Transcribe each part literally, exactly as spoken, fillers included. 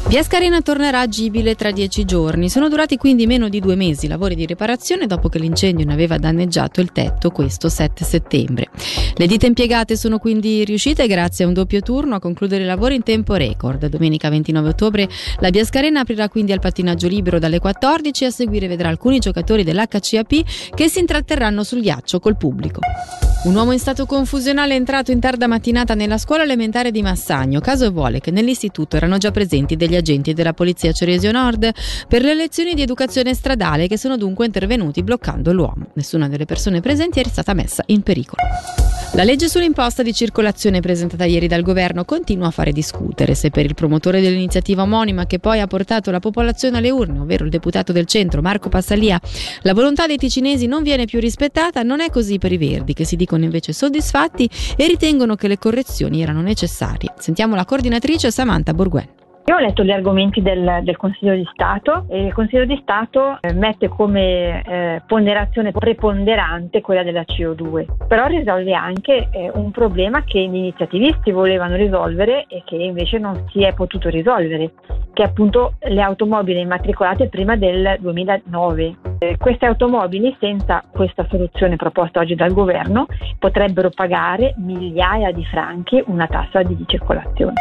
Via Scarena tornerà agibile tra dieci giorni. Sono durati quindi meno di due mesi i lavori di riparazione dopo che l'incendio ne aveva danneggiato il tetto questo sette settembre. Le ditte impiegate sono quindi riuscite, grazie a un doppio turno, a concludere i lavori in tempo record. Domenica ventinove ottobre la Via Scarena aprirà quindi al pattinaggio libero dalle quattordici e a seguire vedrà alcuni giocatori dell'H C A P che si intratterranno sul ghiaccio col pubblico. Un uomo in stato confusionale è entrato in tarda mattinata nella scuola elementare di Massagno. Caso vuole che nell'istituto erano già presenti degli agenti della Polizia Ceresio Nord per le lezioni di educazione stradale, che sono dunque intervenuti bloccando l'uomo. Nessuna delle persone presenti è stata messa in pericolo. La legge sull'imposta di circolazione presentata ieri dal governo continua a fare discutere. Se per il promotore dell'iniziativa omonima, che poi ha portato la popolazione alle urne, ovvero il deputato del centro Marco Passalia, la volontà dei ticinesi non viene più rispettata, non è così per i Verdi, che si dicono invece soddisfatti e ritengono che le correzioni erano necessarie. Sentiamo la coordinatrice Samantha Borguen. Io ho letto gli argomenti del, del Consiglio di Stato e il Consiglio di Stato eh, mette come eh, ponderazione preponderante quella della C O due, però risolve anche eh, un problema che gli iniziativisti volevano risolvere e che invece non si è potuto risolvere, che è appunto le automobili immatricolate prima del duemilanove. Eh, queste automobili, senza questa soluzione proposta oggi dal governo, potrebbero pagare migliaia di franchi una tassa di circolazione.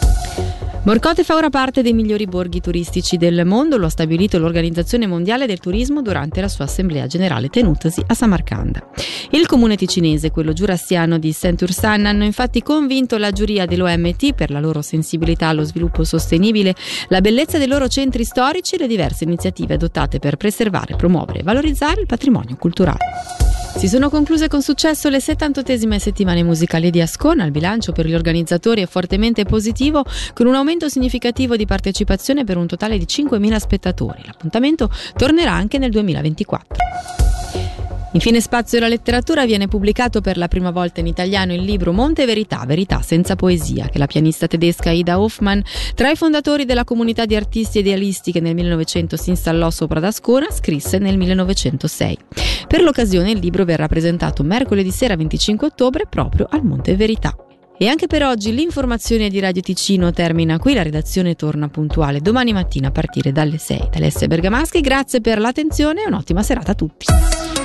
Morcote fa ora parte dei migliori borghi turistici del mondo, lo ha stabilito l'Organizzazione Mondiale del Turismo durante la sua assemblea generale tenutasi a Samarcanda. Il comune ticinese e quello giurassiano di Saint-Ursanne hanno infatti convinto la giuria dell'O M T, per la loro sensibilità allo sviluppo sostenibile, la bellezza dei loro centri storici e le diverse iniziative adottate per preservare, promuovere e valorizzare il patrimonio culturale. Si sono concluse con successo le settantottesime settimane musicali di Ascona. Il bilancio per gli organizzatori è fortemente positivo, con un aumento significativo di partecipazione per un totale di cinquemila spettatori. L'appuntamento tornerà anche nel duemilaventiquattro. Infine spazio alla letteratura. Viene pubblicato per la prima volta in italiano il libro Monte Verità, Verità senza poesia, che la pianista tedesca Ida Hoffmann, tra i fondatori della comunità di artisti idealisti che nel millenovecento si installò sopra ad Ascona, scrisse nel millenovecentosei. Per l'occasione il libro verrà presentato mercoledì sera venticinque ottobre proprio al Monte Verità. E anche per oggi l'informazione di Radio Ticino termina qui. La redazione torna puntuale domani mattina a partire dalle sei. Da Alessia Bergamaschi, grazie per l'attenzione e un'ottima serata a tutti.